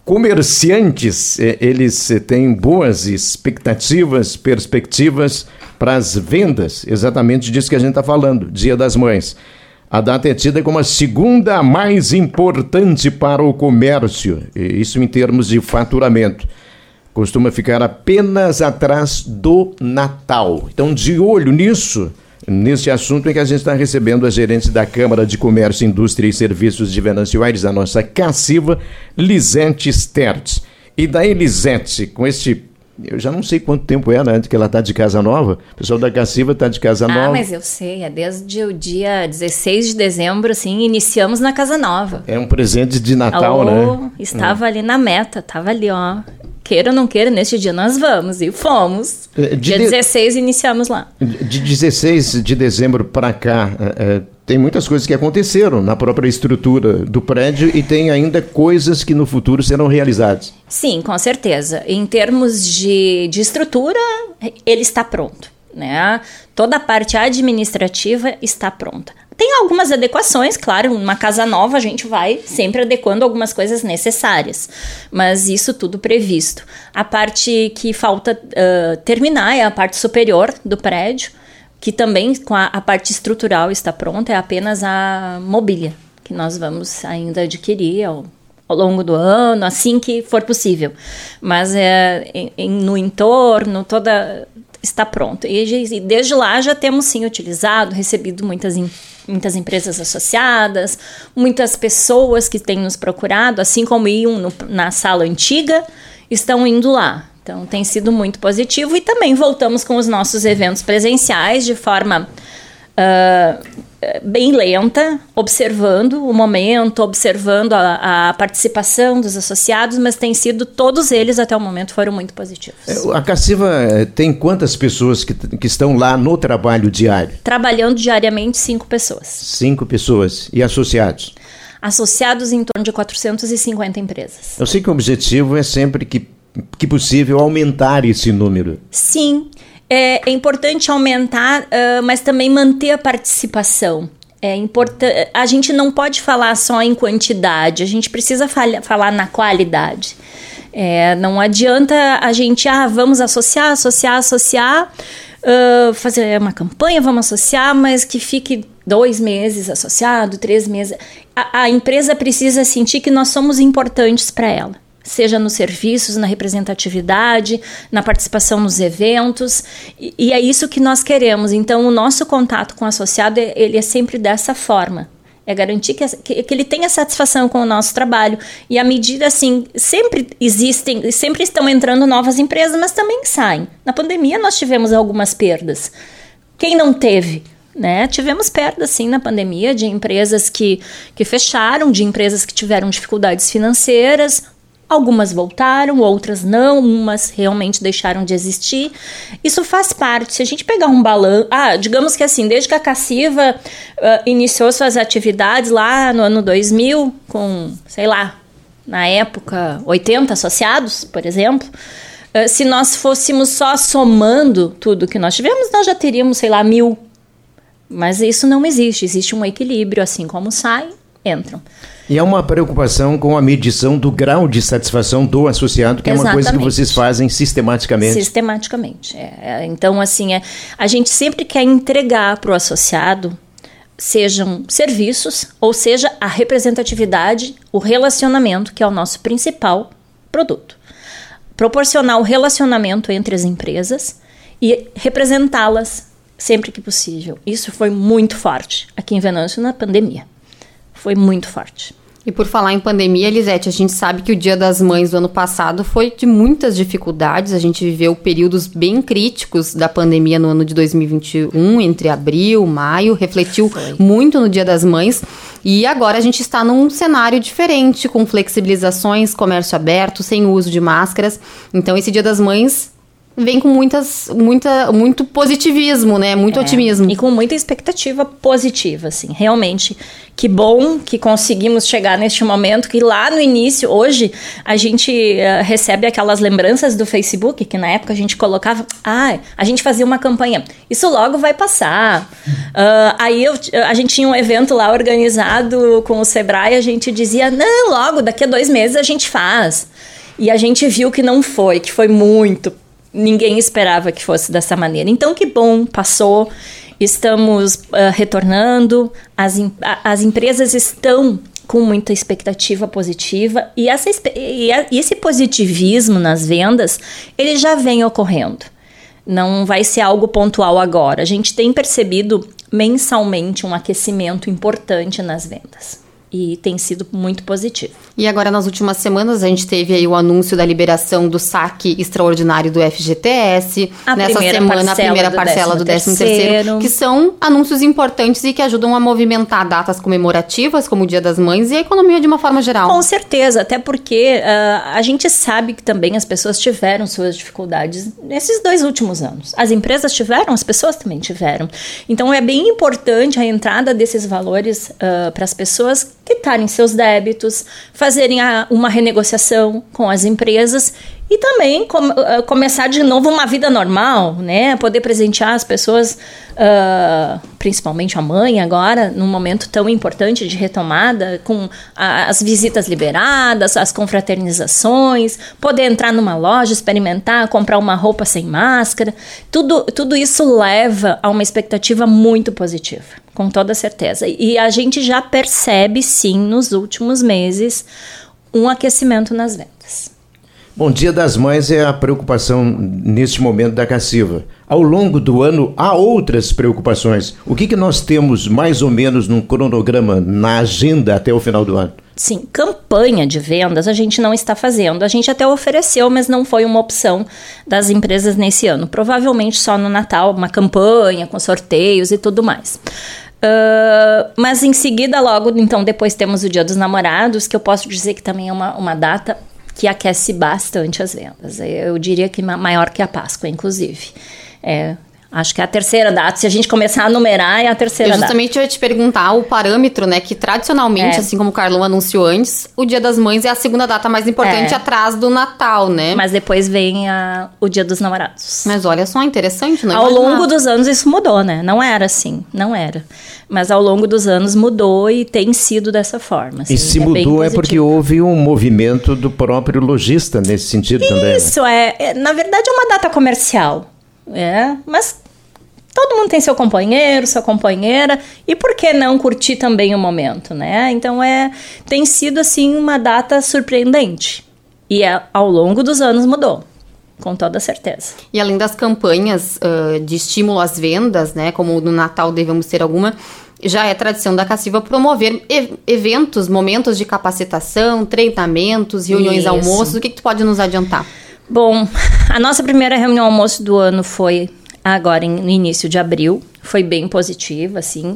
comerciantes, eles têm boas expectativas, perspectivas para as vendas, exatamente disso que a gente está falando, Dia das Mães. A data é tida como a segunda mais importante para o comércio, isso em termos de faturamento. Costuma ficar apenas atrás do Natal. Então, de olho nisso, nesse assunto em que a gente está recebendo a gerente da Câmara de Comércio, Indústria e Serviços de Venâncio Aires, a nossa cassiva, Lisete Stertz. E daí, Lisete, com este... Eu já não sei quanto tempo era antes que ela está de casa nova. O pessoal da cassiva está de casa nova. Ah, mas eu sei. É desde o dia 16 de dezembro, assim, iniciamos na casa nova. É um presente de Natal, né? Estava ali na meta, estava ali, ó. Queira ou não queira, neste dia nós vamos. E fomos. Dia 16 iniciamos lá. De 16 de dezembro para cá, tem muitas coisas que aconteceram na própria estrutura do prédio e tem ainda coisas que no futuro serão realizadas. Sim, com certeza. Em termos de estrutura, ele está pronto, né? Toda a parte administrativa está pronta. Tem algumas adequações, claro, numa casa nova a gente vai sempre adequando algumas coisas necessárias, mas isso tudo previsto. A parte que falta terminar é a parte superior do prédio, que também com a parte estrutural está pronta, é apenas a mobília, que nós vamos ainda adquirir ao longo do ano, assim que for possível. Mas no entorno, está pronto. E desde lá já temos sim utilizado, recebido muitas empresas associadas, muitas pessoas que têm nos procurado, assim como iam na sala antiga, estão indo lá. Então tem sido muito positivo e também voltamos com os nossos eventos presenciais de forma bem lenta, observando o momento, observando a participação dos associados, mas tem sido, todos eles até o momento foram muito positivos. A cassiva tem quantas pessoas que estão lá no trabalho diário? Trabalhando diariamente 5 pessoas. 5 pessoas. E associados? Associados em torno de 450 empresas. Eu sei que o objetivo é sempre que possível aumentar esse número. Sim. É importante aumentar, mas também manter a participação. A gente não pode falar só em quantidade, a gente precisa falar na qualidade. Não adianta a gente, vamos associar, fazer uma campanha, vamos associar, mas que fique 2 meses associado, 3 meses. A empresa precisa sentir que nós somos importantes para ela. Seja nos serviços, na representatividade, na participação nos eventos, e é isso que nós queremos. Então, o nosso contato com o associado, ele é sempre dessa forma, é garantir que ele tenha satisfação com o nosso trabalho, e à medida, assim, sempre estão entrando novas empresas, mas também saem. Na pandemia, nós tivemos algumas perdas. Quem não teve? Né? Tivemos perdas, sim, na pandemia, de empresas que fecharam, de empresas que tiveram dificuldades financeiras. Algumas voltaram, outras não, umas realmente deixaram de existir. Isso faz parte. Se a gente pegar um balanço... digamos que assim, desde que a cassiva iniciou suas atividades lá no ano 2000, com, sei lá, na época, 80 associados, por exemplo, se nós fôssemos só somando tudo que nós tivemos, nós já teríamos, sei lá, 1000. Mas isso não existe. Existe um equilíbrio, assim como sai, entram. E há uma preocupação com a medição do grau de satisfação do associado, que é uma coisa que vocês fazem sistematicamente. Sistematicamente. Então, assim, a gente sempre quer entregar para o associado, sejam serviços, ou seja, a representatividade, o relacionamento, que é o nosso principal produto. Proporcionar o relacionamento entre as empresas e representá-las sempre que possível. Isso foi muito forte aqui em Venâncio na pandemia. Foi muito forte. E por falar em pandemia, Lisete, a gente sabe que o Dia das Mães do ano passado foi de muitas dificuldades. A gente viveu períodos bem críticos da pandemia no ano de 2021, entre abril, maio, refletiu muito no Dia das Mães. E agora a gente está num cenário diferente, com flexibilizações, comércio aberto, sem uso de máscaras. Então esse Dia das Mães vem com muito positivismo, né? Muito otimismo. E com muita expectativa positiva, assim. Realmente, que bom que conseguimos chegar neste momento, que lá no início, hoje, a gente recebe aquelas lembranças do Facebook, que na época a gente colocava, a gente fazia uma campanha, isso logo vai passar. Aí a gente tinha um evento lá organizado com o Sebrae, a gente dizia, não, logo, daqui a 2 meses a gente faz. E a gente viu que não foi, que foi muito. Ninguém esperava que fosse dessa maneira. Então, que bom, passou. Estamos retornando. As empresas estão com muita expectativa positiva. E esse positivismo nas vendas, ele já vem ocorrendo. Não vai ser algo pontual agora. A gente tem percebido mensalmente um aquecimento importante nas vendas. E tem sido muito positivo. E agora, nas últimas semanas, a gente teve aí o anúncio da liberação do saque extraordinário do FGTS. Nessa semana, a primeira parcela do 13º, que são anúncios importantes e que ajudam a movimentar datas comemorativas, como o Dia das Mães, e a economia de uma forma geral. Com certeza, até porque a gente sabe que também as pessoas tiveram suas dificuldades nesses 2 últimos anos. As empresas tiveram, as pessoas também tiveram. Então, é bem importante a entrada desses valores para as pessoas quitarem seus débitos, fazerem uma renegociação com as empresas e também começar de novo uma vida normal, né? Poder presentear as pessoas, principalmente a mãe agora, num momento tão importante de retomada, com as visitas liberadas, as confraternizações, poder entrar numa loja, experimentar, comprar uma roupa sem máscara. Tudo isso leva a uma expectativa muito positiva, com toda certeza. E a gente já percebe, sim, nos últimos meses, um aquecimento nas vendas. Bom, Dia das Mães é a preocupação neste momento da Cassiva. Ao longo do ano, há outras preocupações. O que nós temos mais ou menos num cronograma, na agenda até o final do ano? Sim, campanha de vendas a gente não está fazendo. A gente até ofereceu, mas não foi uma opção das empresas nesse ano. Provavelmente só no Natal, uma campanha com sorteios e tudo mais. Mas em seguida, logo, então, depois temos o Dia dos Namorados, que eu posso dizer que também é uma data que aquece bastante as vendas. Eu diria que maior que a Páscoa, inclusive. Acho que é a terceira data. Se a gente começar a numerar, é a terceira data. Justamente eu ia te perguntar o parâmetro, né? Que tradicionalmente, assim como o Carlão anunciou antes, o Dia das Mães é a segunda data mais importante atrás do Natal, né? Mas depois vem o Dia dos Namorados. Mas olha só, interessante, não é? Ao longo dos anos isso mudou, né? Não era assim, não era. Mas ao longo dos anos mudou e tem sido dessa forma. Assim, e se mudou é porque houve um movimento do próprio lojista nesse sentido também. Isso, na verdade é uma data comercial. Mas todo mundo tem seu companheiro, sua companheira, e por que não curtir também o momento, né? Então tem sido assim uma data surpreendente e ao longo dos anos mudou, com toda certeza. E além das campanhas de estímulo às vendas, né, como no Natal devemos ter alguma, já é tradição da Cassiva promover eventos, momentos de capacitação, treinamentos, reuniões, almoços. O que tu pode nos adiantar? Bom, a nossa primeira reunião almoço do ano foi agora no início de abril, foi bem positiva, assim.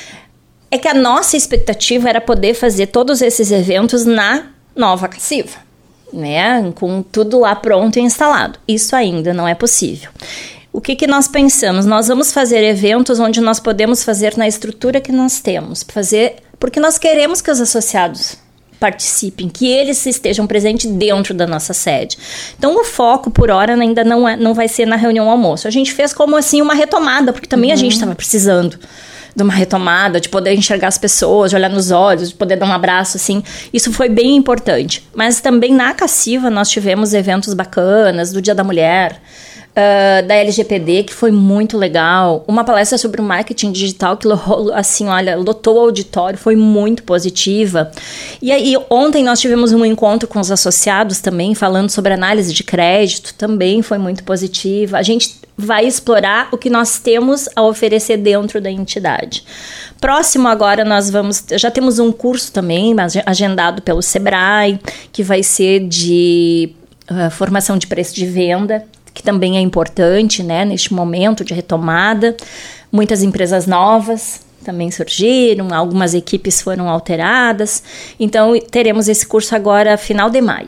É que a nossa expectativa era poder fazer todos esses eventos na nova Cassiva, né? Com tudo lá pronto e instalado. Isso ainda não é possível. O que nós pensamos? Nós vamos fazer eventos onde nós podemos fazer na estrutura que nós temos, porque nós queremos que os associados participem, que eles estejam presentes dentro da nossa sede. Então, o foco, por hora, ainda não vai ser na reunião almoço. A gente fez como, assim, uma retomada, porque também a gente estava precisando de uma retomada, de poder enxergar as pessoas, de olhar nos olhos, de poder dar um abraço, assim. Isso foi bem importante. Mas também na Cassiva nós tivemos eventos bacanas, do Dia da Mulher, da LGPD, que foi muito legal. Uma palestra sobre o marketing digital que, assim, lotou o auditório, foi muito positiva. E aí, ontem nós tivemos um encontro com os associados também, falando sobre análise de crédito, também foi muito positiva. A gente vai explorar o que nós temos a oferecer dentro da entidade. Próximo agora já temos um curso também, agendado pelo Sebrae, que vai ser de formação de preço de venda, que também é importante, né, neste momento de retomada. Muitas empresas novas também surgiram, algumas equipes foram alteradas. Então, teremos esse curso agora final de maio.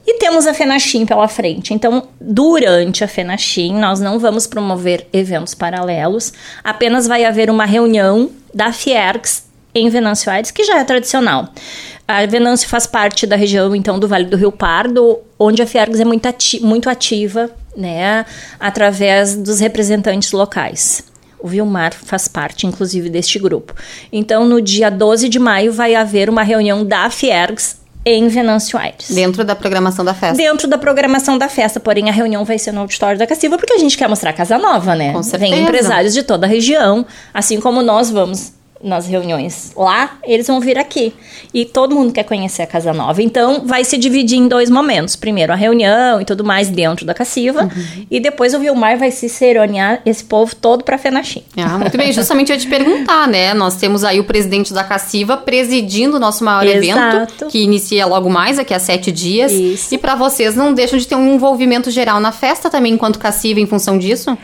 E temos a FENACHIM pela frente. Então, durante a FENACHIM, nós não vamos promover eventos paralelos, apenas vai haver uma reunião da Fiergs em Venâncio Aires, que já é tradicional. A Venâncio faz parte da região, então, do Vale do Rio Pardo, onde a Fiergs é muito ativa, né, através dos representantes locais. O Vilmar faz parte, inclusive, deste grupo. Então, no dia 12 de maio, vai haver uma reunião da Fiergs em Venâncio Aires. Dentro da programação da festa. Dentro da programação da festa, porém a reunião vai ser no auditório da Cassiva, porque a gente quer mostrar a Casa Nova, né? Com certeza. Vem empresários de toda a região, assim como nós vamos nas reuniões lá, eles vão vir aqui. E todo mundo quer conhecer a Casa Nova. Então, vai se dividir em 2 momentos. Primeiro, a reunião e tudo mais dentro da Cassiva. E depois o Vilmar vai se ceronear esse povo todo pra FENACHIM. Muito bem, justamente eu ia te perguntar, né? Nós temos aí o presidente da Cassiva presidindo o nosso maior evento, que inicia logo mais, daqui a 7 dias. Isso. E pra vocês não deixam de ter um envolvimento geral na festa também, enquanto Cassiva, em função disso?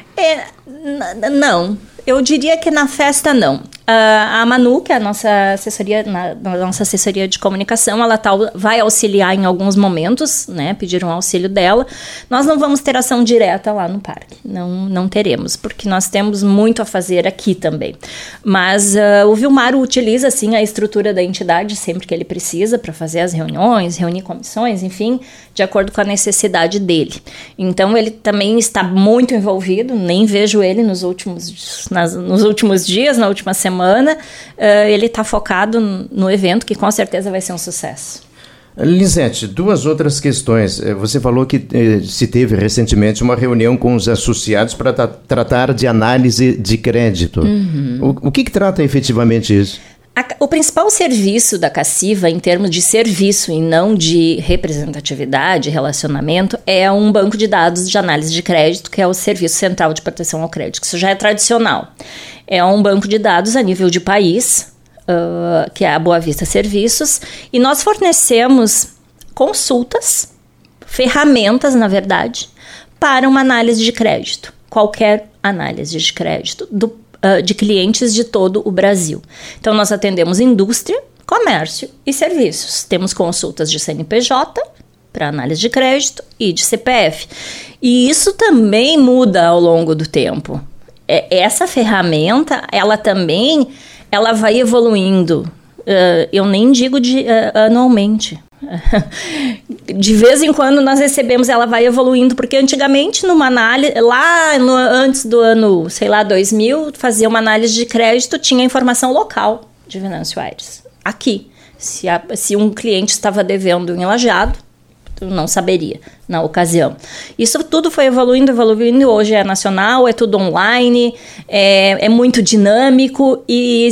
Não. Eu diria que na festa não. A Manu, que é a nossa assessoria de comunicação, ela vai auxiliar em alguns momentos, né? Pediram auxílio dela. Nós não vamos ter ação direta lá no parque. Não teremos, porque nós temos muito a fazer aqui também. Mas o Vilmar utiliza, sim, a estrutura da entidade sempre que ele precisa para fazer as reuniões, reunir comissões, enfim, de acordo com a necessidade dele. Então, ele também está muito envolvido, nem vejo ele nos últimos dias, na última semana, ele está focado no evento, que com certeza vai ser um sucesso. Lisete, 2 outras questões. Você falou que se teve recentemente uma reunião com os associados para tratar de análise de crédito. O que trata efetivamente isso? O principal serviço da Cassiva, em termos de serviço e não de representatividade, relacionamento, é um banco de dados de análise de crédito, que é o Serviço Central de Proteção ao Crédito. Isso já é tradicional. É um banco de dados a nível de país, que é a Boa Vista Serviços, e nós fornecemos consultas, ferramentas, na verdade, para uma análise de crédito. Qualquer análise de crédito de clientes de todo o Brasil. Então, nós atendemos indústria, comércio e serviços. Temos consultas de CNPJ para análise de crédito e de CPF. E isso também muda ao longo do tempo. Essa ferramenta, ela vai evoluindo. Eu nem digo anualmente. De vez em quando nós recebemos, ela vai evoluindo, porque antigamente numa análise, antes do ano, 2000, fazia uma análise de crédito, tinha informação local de Venâncio Aires. Aqui, se um cliente estava devendo em Lajeado, eu não saberia na ocasião. Isso tudo foi evoluindo, hoje é nacional, é tudo online, é muito dinâmico e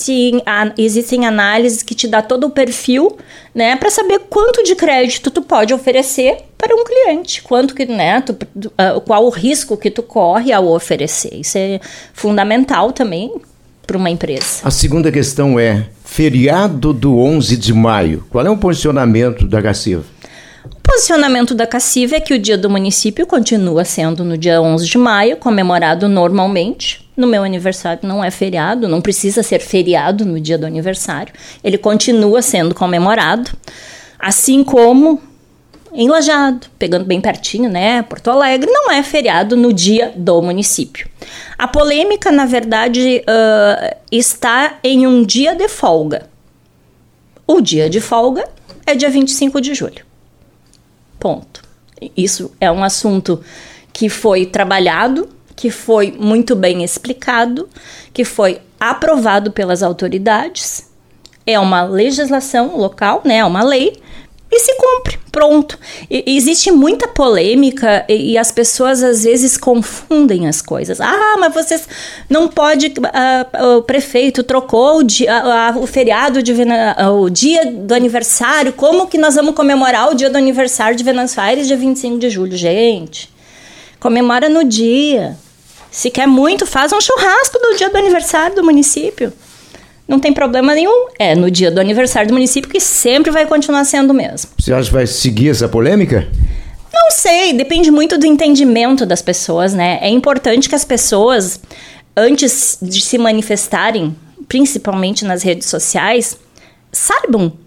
existem análises que te dá todo o perfil, né, para saber quanto de crédito tu pode oferecer para um cliente, quanto que, né, qual o risco que tu corre ao oferecer. Isso é fundamental também para uma empresa. A segunda questão é, feriado do 11 de maio, qual é o posicionamento da Cassiva? O posicionamento da Cassiva é que o Dia do Município continua sendo no dia 11 de maio, comemorado normalmente. No meu aniversário não é feriado, não precisa ser feriado no dia do aniversário. Ele continua sendo comemorado, assim como em Lajeado, pegando bem pertinho, né? Porto Alegre não é feriado no Dia do Município. A polêmica, na verdade, está em um dia de folga. O dia de folga é dia 25 de julho. Ponto. Isso é um assunto que foi trabalhado, que foi muito bem explicado, que foi aprovado pelas autoridades. É uma legislação local, né? É uma lei e se cumpre. Pronto. Existe muita polêmica e as pessoas às vezes confundem as coisas. Mas vocês não pode... o prefeito trocou o feriado, o dia do aniversário. Como que nós vamos comemorar o dia do aniversário de Venâncio Aires, dia 25 de julho? Gente, comemora no dia. Se quer muito, faz um churrasco do dia do aniversário do município. Não tem problema nenhum. É no dia do aniversário do município, que sempre vai continuar sendo mesmo. Você acha que vai seguir essa polêmica? Não sei, depende muito do entendimento das pessoas, né? É importante que as pessoas, antes de se manifestarem, principalmente nas redes sociais, saibam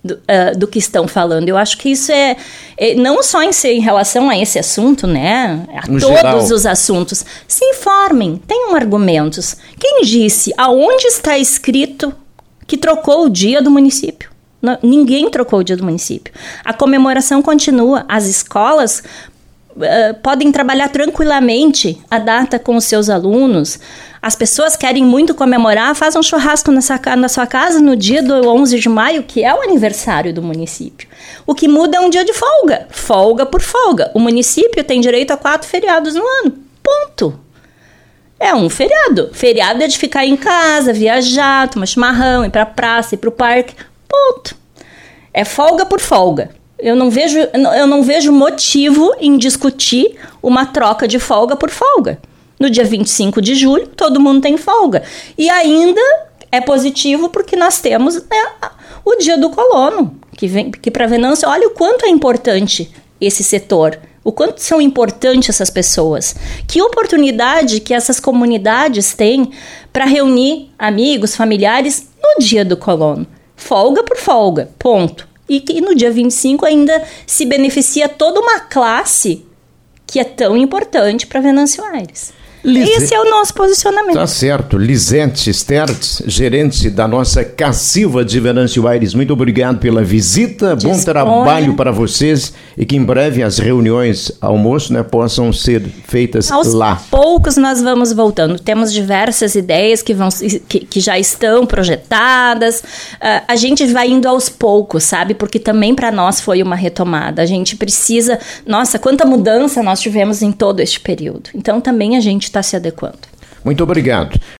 do que estão falando. Eu acho que isso é não só em relação a esse assunto, né? A todos geral. Os assuntos. Se informem, tenham argumentos. Quem disse? Aonde está escrito que trocou o dia do município? Não, ninguém trocou o dia do município. A comemoração continua. As escolas podem trabalhar tranquilamente a data com os seus alunos. As pessoas querem muito comemorar, faz um churrasco na sua casa no dia do 11 de maio, que é o aniversário do município. O que muda é um dia de folga. Folga por folga. O município tem direito a 4 feriados no ano. Ponto. É um feriado. Feriado é de ficar em casa, viajar, tomar chimarrão, ir pra praça, ir pro parque. Ponto. É folga por folga. Eu não vejo motivo em discutir uma troca de folga por folga. No dia 25 de julho, todo mundo tem folga. E ainda é positivo porque nós temos o dia do colono, que para Venâncio, olha o quanto é importante esse setor, o quanto são importantes essas pessoas. Que oportunidade que essas comunidades têm para reunir amigos, familiares no dia do colono. Folga por folga, ponto. E no dia 25 ainda se beneficia toda uma classe que é tão importante para Venâncio Aires. Esse é o nosso posicionamento. Tá certo. Lisete Stertz, gerente da nossa Cacilva de Venâncio Aires, muito obrigado pela visita. Disponha. Bom trabalho para vocês e que em breve as reuniões almoço, né, possam ser feitas lá. Aos poucos nós vamos voltando. Temos diversas ideias que já estão projetadas. A gente vai indo aos poucos, sabe? Porque também para nós foi uma retomada. A gente precisa... Nossa, quanta mudança nós tivemos em todo este período. Então também a gente está se adequando. Muito obrigado.